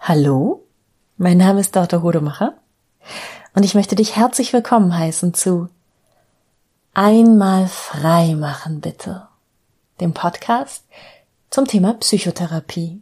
Hallo, mein Name ist Dr. Hodemacher und ich möchte dich herzlich willkommen heißen zu Einmal frei machen bitte, dem Podcast zum Thema Psychotherapie.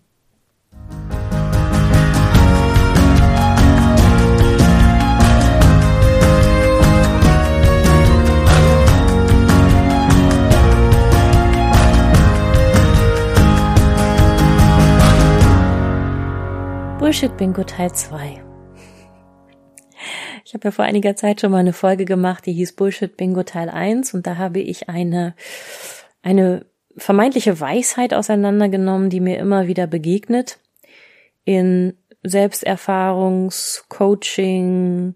Bullshit-Bingo Teil 2. Ich habe ja vor einiger Zeit schon mal eine Folge gemacht, die hieß Bullshit-Bingo Teil 1 und da habe ich eine vermeintliche Weisheit auseinandergenommen, die mir immer wieder begegnet in Selbsterfahrungs-, Coaching-,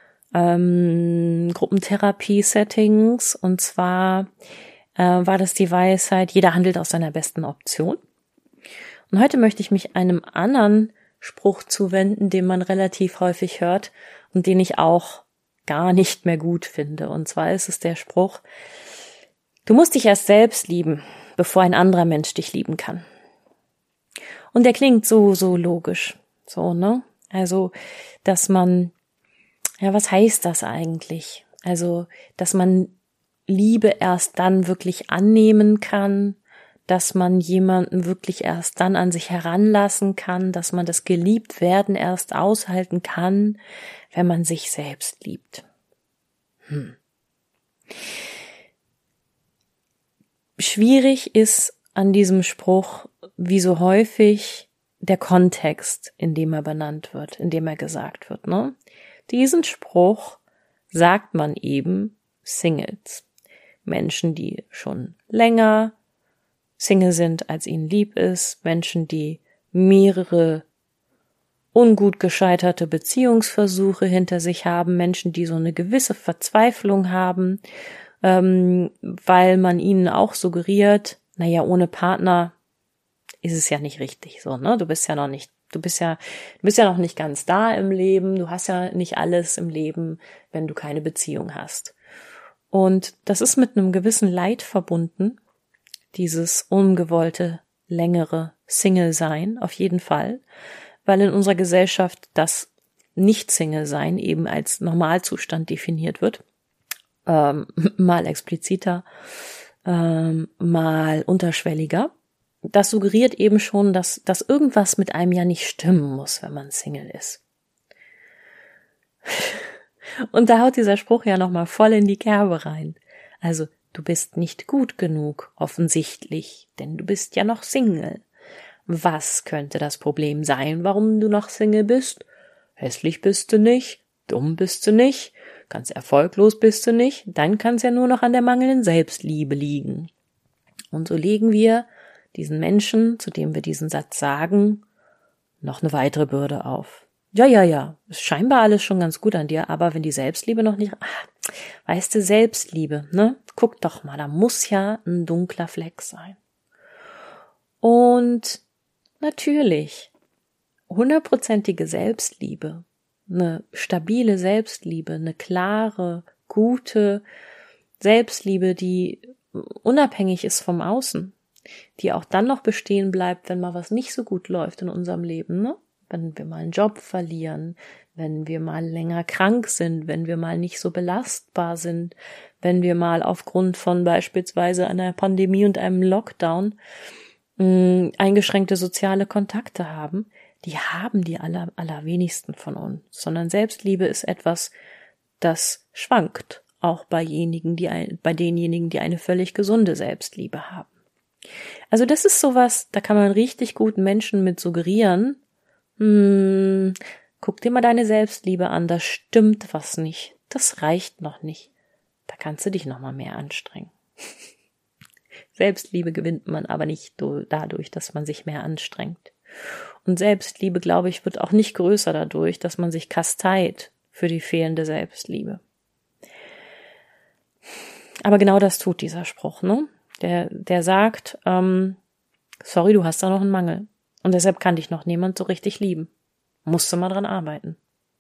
Gruppentherapie-Settings, und zwar war das die Weisheit, jeder handelt aus seiner besten Option. Und heute möchte ich mich einem anderen Spruch zuwenden, den man relativ häufig hört und den ich auch gar nicht mehr gut finde. Und zwar ist es der Spruch: Du musst dich erst selbst lieben, bevor ein anderer Mensch dich lieben kann. Und der klingt so logisch. So, ne? Also, dass man, was heißt das eigentlich? Also, dass man Liebe erst dann wirklich annehmen kann, dass man jemanden wirklich erst dann an sich heranlassen kann, dass man das Geliebtwerden erst aushalten kann, wenn man sich selbst liebt. Schwierig ist an diesem Spruch, wie so häufig, der Kontext, in dem er benannt wird, in dem er gesagt wird, ne? Diesen Spruch sagt man eben Singles. Menschen, die schon länger Single sind, als ihnen lieb ist, Menschen, die mehrere ungut gescheiterte Beziehungsversuche hinter sich haben, Menschen, die so eine gewisse Verzweiflung haben, weil man ihnen auch suggeriert, ohne Partner ist es ja nicht richtig so, ne? Du bist ja noch nicht ganz da im Leben, du hast ja nicht alles im Leben, wenn du keine Beziehung hast. Und das ist mit einem gewissen Leid verbunden, dieses ungewollte, längere Single-Sein, auf jeden Fall, weil in unserer Gesellschaft das Nicht-Single-Sein eben als Normalzustand definiert wird, mal expliziter, mal unterschwelliger. Das suggeriert eben schon, dass irgendwas mit einem ja nicht stimmen muss, wenn man Single ist. Und da haut dieser Spruch ja nochmal voll in die Kerbe rein. Also, du bist nicht gut genug, offensichtlich, denn du bist ja noch Single. Was könnte das Problem sein, warum du noch Single bist? Hässlich bist du nicht, dumm bist du nicht, ganz erfolglos bist du nicht, dann kann es ja nur noch an der mangelnden Selbstliebe liegen. Und so legen wir diesen Menschen, zu dem wir diesen Satz sagen, noch eine weitere Bürde auf. Ja, ist scheinbar alles schon ganz gut an dir, aber wenn die Selbstliebe noch nicht, weißt du, Selbstliebe, ne? Guck doch mal, da muss ja ein dunkler Fleck sein. Und natürlich, 100%ige Selbstliebe, eine stabile Selbstliebe, eine klare, gute Selbstliebe, die unabhängig ist vom Außen, die auch dann noch bestehen bleibt, wenn mal was nicht so gut läuft in unserem Leben, ne? Wenn wir mal einen Job verlieren, wenn wir mal länger krank sind, wenn wir mal nicht so belastbar sind, wenn wir mal aufgrund von beispielsweise einer Pandemie und einem Lockdown eingeschränkte soziale Kontakte haben, die haben die allerwenigsten von uns, sondern Selbstliebe ist etwas, das schwankt, auch bei denjenigen, die eine völlig gesunde Selbstliebe haben. Also das ist sowas, da kann man richtig gut Menschen mit suggerieren, guck dir mal deine Selbstliebe an, da stimmt was nicht. Das reicht noch nicht. Da kannst du dich noch mal mehr anstrengen. Selbstliebe gewinnt man aber nicht dadurch, dass man sich mehr anstrengt. Und Selbstliebe, glaube ich, wird auch nicht größer dadurch, dass man sich kasteit für die fehlende Selbstliebe. Aber genau das tut dieser Spruch, ne? Der sagt, sorry, du hast da noch einen Mangel. Und deshalb kann dich noch niemand so richtig lieben. Musst du mal dran arbeiten.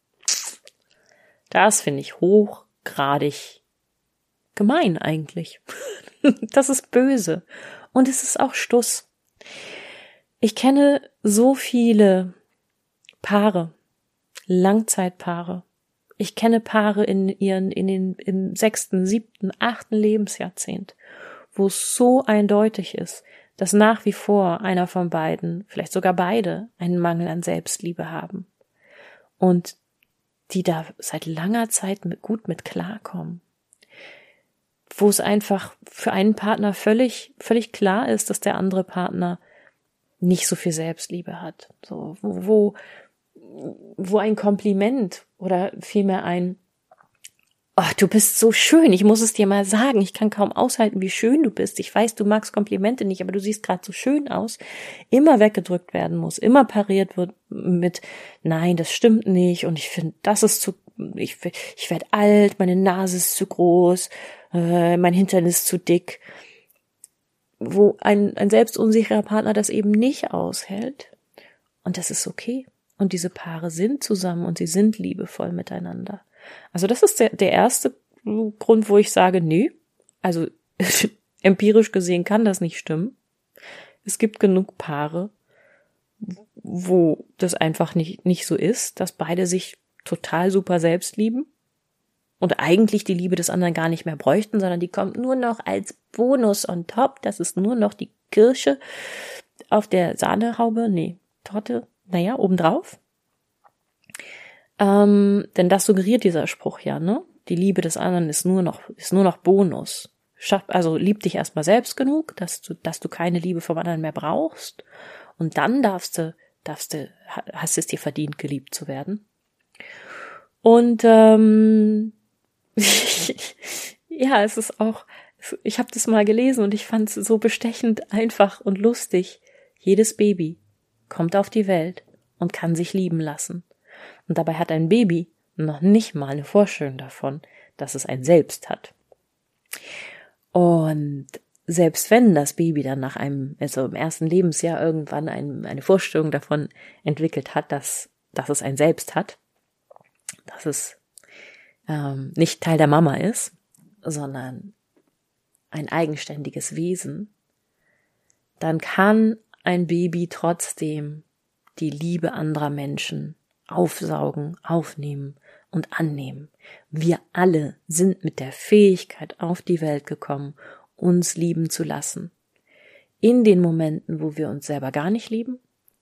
Das finde ich hochgradig gemein eigentlich. Das ist böse. Und es ist auch Stuss. Ich kenne so viele Paare, Langzeitpaare. Ich kenne Paare im 6., 7., 8. Lebensjahrzehnt, wo es so eindeutig ist, dass nach wie vor einer von beiden, vielleicht sogar beide, einen Mangel an Selbstliebe haben. Und die da seit langer Zeit gut mit klarkommen. Wo es einfach für einen Partner völlig klar ist, dass der andere Partner nicht so viel Selbstliebe hat. So, wo ein Kompliment oder vielmehr ein "Oh, du bist so schön, ich muss es dir mal sagen, ich kann kaum aushalten, wie schön du bist. Ich weiß, du magst Komplimente nicht, aber du siehst gerade so schön aus", immer weggedrückt werden muss, immer pariert wird mit "Nein, das stimmt nicht und ich finde, das ist ich werde alt, meine Nase ist zu groß, mein Hintern ist zu dick." Wo ein selbstunsicherer Partner das eben nicht aushält. Und das ist okay. Und diese Paare sind zusammen und sie sind liebevoll miteinander. Also das ist der erste Grund, wo ich sage, nee, also empirisch gesehen kann das nicht stimmen. Es gibt genug Paare, wo das einfach nicht so ist, dass beide sich total super selbst lieben und eigentlich die Liebe des anderen gar nicht mehr bräuchten, sondern die kommt nur noch als Bonus on top. Das ist nur noch die Kirsche auf der Sahnehaube, Torte, obendrauf. Denn das suggeriert dieser Spruch ja, ne? Die Liebe des anderen ist nur noch Bonus. Also lieb dich erstmal selbst genug, dass du keine Liebe vom anderen mehr brauchst. Und dann hast du es dir verdient, geliebt zu werden. Und ja, es ist auch, ich habe das mal gelesen und ich fand es so bestechend einfach und lustig. Jedes Baby kommt auf die Welt und kann sich lieben lassen. Und dabei hat ein Baby noch nicht mal eine Vorstellung davon, dass es ein Selbst hat. Und selbst wenn das Baby dann im ersten Lebensjahr irgendwann eine Vorstellung davon entwickelt hat, dass es ein Selbst hat, dass es nicht Teil der Mama ist, sondern ein eigenständiges Wesen, dann kann ein Baby trotzdem die Liebe anderer Menschen aufsaugen, aufnehmen und annehmen. Wir alle sind mit der Fähigkeit auf die Welt gekommen, uns lieben zu lassen. In den Momenten, wo wir uns selber gar nicht lieben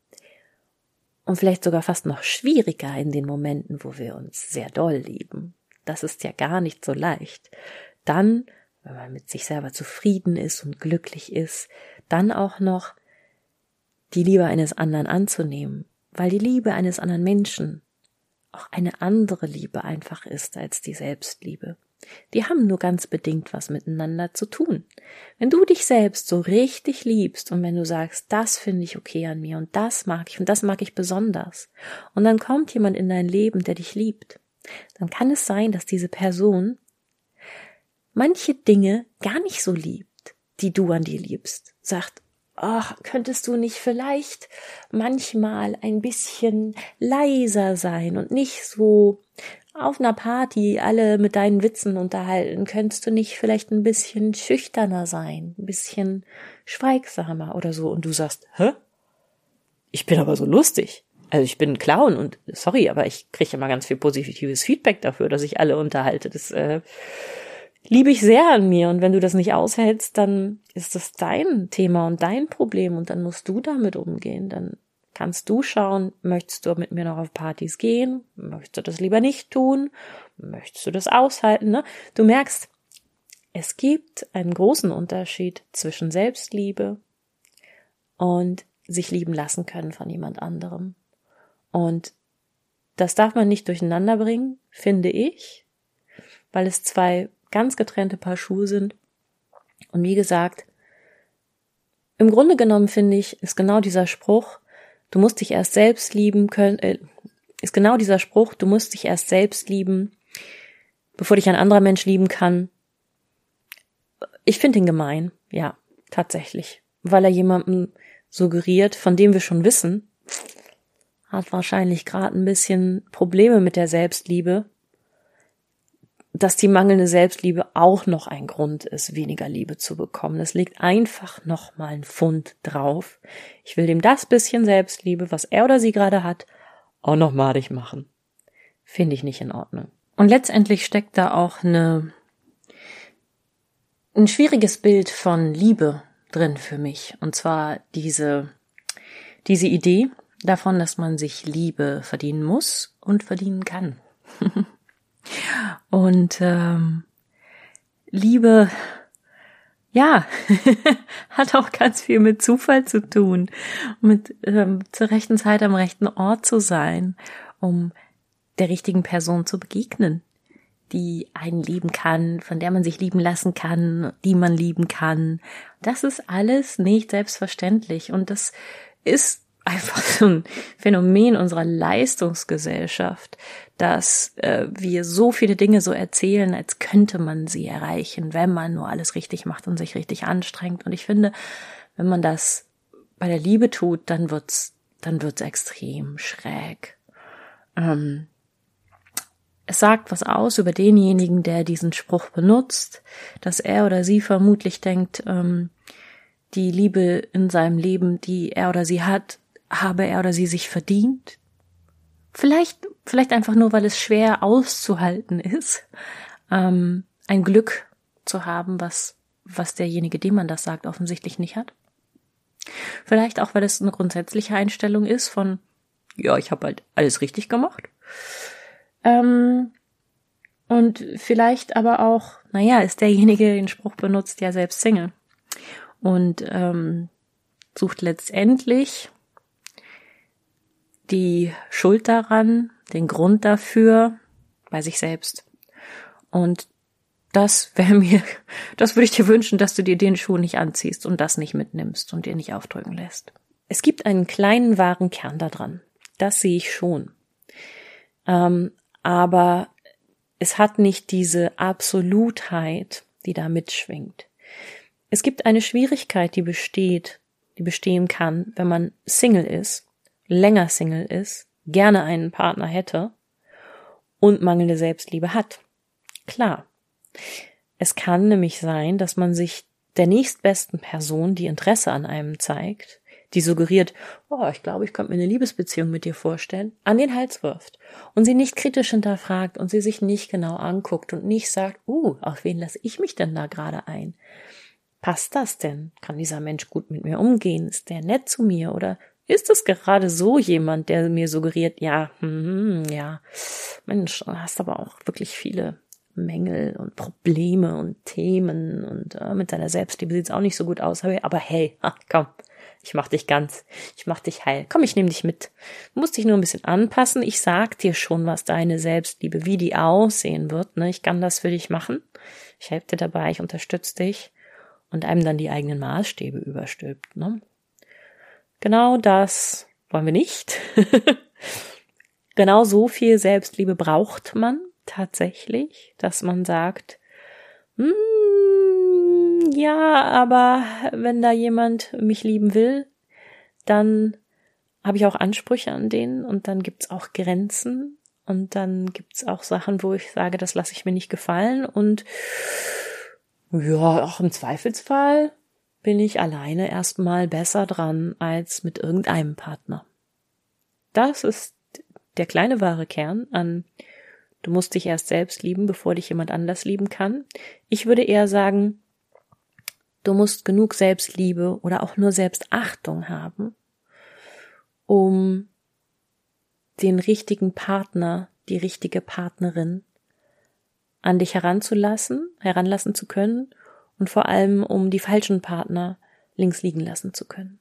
und vielleicht sogar fast noch schwieriger in den Momenten, wo wir uns sehr doll lieben. Das ist ja gar nicht so leicht. Dann, wenn man mit sich selber zufrieden ist und glücklich ist, dann auch noch die Liebe eines anderen anzunehmen, weil die Liebe eines anderen Menschen auch eine andere Liebe einfach ist als die Selbstliebe. Die haben nur ganz bedingt was miteinander zu tun. Wenn du dich selbst so richtig liebst und wenn du sagst, das finde ich okay an mir und das mag ich besonders, und dann kommt jemand in dein Leben, der dich liebt, dann kann es sein, dass diese Person manche Dinge gar nicht so liebt, die du an dir liebst. Sagt, ach, könntest du nicht vielleicht manchmal ein bisschen leiser sein und nicht so auf einer Party alle mit deinen Witzen unterhalten? Könntest du nicht vielleicht ein bisschen schüchterner sein, ein bisschen schweigsamer oder so? Und du sagst, hä? Ich bin aber so lustig. Also ich bin ein Clown und sorry, aber ich kriege immer ganz viel positives Feedback dafür, dass ich alle unterhalte. Das liebe ich sehr an mir, und wenn du das nicht aushältst, dann ist das dein Thema und dein Problem und dann musst du damit umgehen. Dann kannst du schauen, möchtest du mit mir noch auf Partys gehen? Möchtest du das lieber nicht tun? Möchtest du das aushalten? Ne? Du merkst, es gibt einen großen Unterschied zwischen Selbstliebe und sich lieben lassen können von jemand anderem. Und das darf man nicht durcheinander bringen, finde ich, weil es zwei ganz getrennte Paar Schuhe sind. Und wie gesagt, im Grunde genommen finde ich, ist genau dieser Spruch, du musst dich erst selbst lieben können, bevor dich ein anderer Mensch lieben kann. Ich finde ihn gemein, ja, tatsächlich, weil er jemandem suggeriert, von dem wir schon wissen, hat wahrscheinlich gerade ein bisschen Probleme mit der Selbstliebe, dass die mangelnde Selbstliebe auch noch ein Grund ist, weniger Liebe zu bekommen. Es legt einfach noch mal einen Pfund drauf. Ich will dem das bisschen Selbstliebe, was er oder sie gerade hat, auch noch madig machen. Finde ich nicht in Ordnung. Und letztendlich steckt da auch ein schwieriges Bild von Liebe drin für mich. Und zwar diese Idee davon, dass man sich Liebe verdienen muss und verdienen kann. Und Liebe, ja, hat auch ganz viel mit Zufall zu tun, mit zur rechten Zeit am rechten Ort zu sein, um der richtigen Person zu begegnen, die einen lieben kann, von der man sich lieben lassen kann, die man lieben kann. Das ist alles nicht selbstverständlich und das ist einfach so ein Phänomen unserer Leistungsgesellschaft, dass wir so viele Dinge so erzählen, als könnte man sie erreichen, wenn man nur alles richtig macht und sich richtig anstrengt. Und ich finde, wenn man das bei der Liebe tut, dann wird's extrem schräg. Es sagt was aus über denjenigen, der diesen Spruch benutzt, dass er oder sie vermutlich denkt, die Liebe in seinem Leben, die er oder sie hat, habe er oder sie sich verdient. Vielleicht einfach nur, weil es schwer auszuhalten ist, ein Glück zu haben, was derjenige, dem man das sagt, offensichtlich nicht hat. Vielleicht auch, weil es eine grundsätzliche Einstellung ist von, ja, ich habe halt alles richtig gemacht. Und vielleicht aber auch, ist derjenige, der den Spruch benutzt, ja selbst Single. Und sucht letztendlich die Schuld daran, den Grund dafür bei sich selbst. Und das würde ich dir wünschen, dass du dir den Schuh nicht anziehst und das nicht mitnimmst und dir nicht aufdrücken lässt. Es gibt einen kleinen wahren Kern da dran. Das sehe ich schon. Aber es hat nicht diese Absolutheit, die da mitschwingt. Es gibt eine Schwierigkeit, die bestehen kann, wenn man Single ist, länger Single ist, gerne einen Partner hätte und mangelnde Selbstliebe hat. Klar. Es kann nämlich sein, dass man sich der nächstbesten Person, die Interesse an einem zeigt, die suggeriert, ich glaube, ich könnte mir eine Liebesbeziehung mit dir vorstellen, an den Hals wirft und sie nicht kritisch hinterfragt und sie sich nicht genau anguckt und nicht sagt, auf wen lasse ich mich denn da gerade ein? Passt das denn? Kann dieser Mensch gut mit mir umgehen? Ist der nett zu mir? Oder ist es gerade so jemand, der mir suggeriert, Mensch, du hast aber auch wirklich viele Mängel und Probleme und Themen und mit deiner Selbstliebe sieht's auch nicht so gut aus, aber hey, komm, ich mach dich heil. Komm, ich nehme dich mit. Du musst dich nur ein bisschen anpassen. Ich sag dir schon, was deine Selbstliebe, wie die aussehen wird. Ne? Ich kann das für dich machen. Ich helfe dir dabei, ich unterstütze dich. Und einem dann die eigenen Maßstäbe überstülpt. Ne? Genau das wollen wir nicht. Genau so viel Selbstliebe braucht man tatsächlich, dass man sagt, aber wenn da jemand mich lieben will, dann habe ich auch Ansprüche an den und dann gibt's auch Grenzen und dann gibt's auch Sachen, wo ich sage, das lasse ich mir nicht gefallen und auch im Zweifelsfall bin ich alleine erstmal besser dran als mit irgendeinem Partner. Das ist der kleine wahre Kern an, du musst dich erst selbst lieben, bevor dich jemand anders lieben kann. Ich würde eher sagen, du musst genug Selbstliebe oder auch nur Selbstachtung haben, um den richtigen Partner, die richtige Partnerin an dich heranlassen zu können und vor allem, um die falschen Partner links liegen lassen zu können.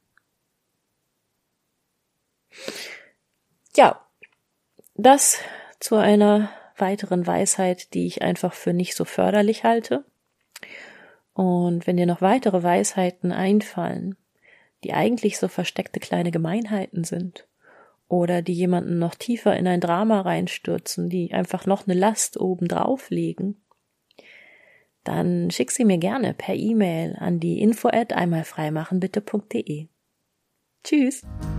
Ja, das zu einer weiteren Weisheit, die ich einfach für nicht so förderlich halte. Und wenn dir noch weitere Weisheiten einfallen, die eigentlich so versteckte kleine Gemeinheiten sind oder die jemanden noch tiefer in ein Drama reinstürzen, die einfach noch eine Last oben drauf legen, dann schick sie mir gerne per E-Mail an die info@einmalfreimachenbitte.de. Tschüss!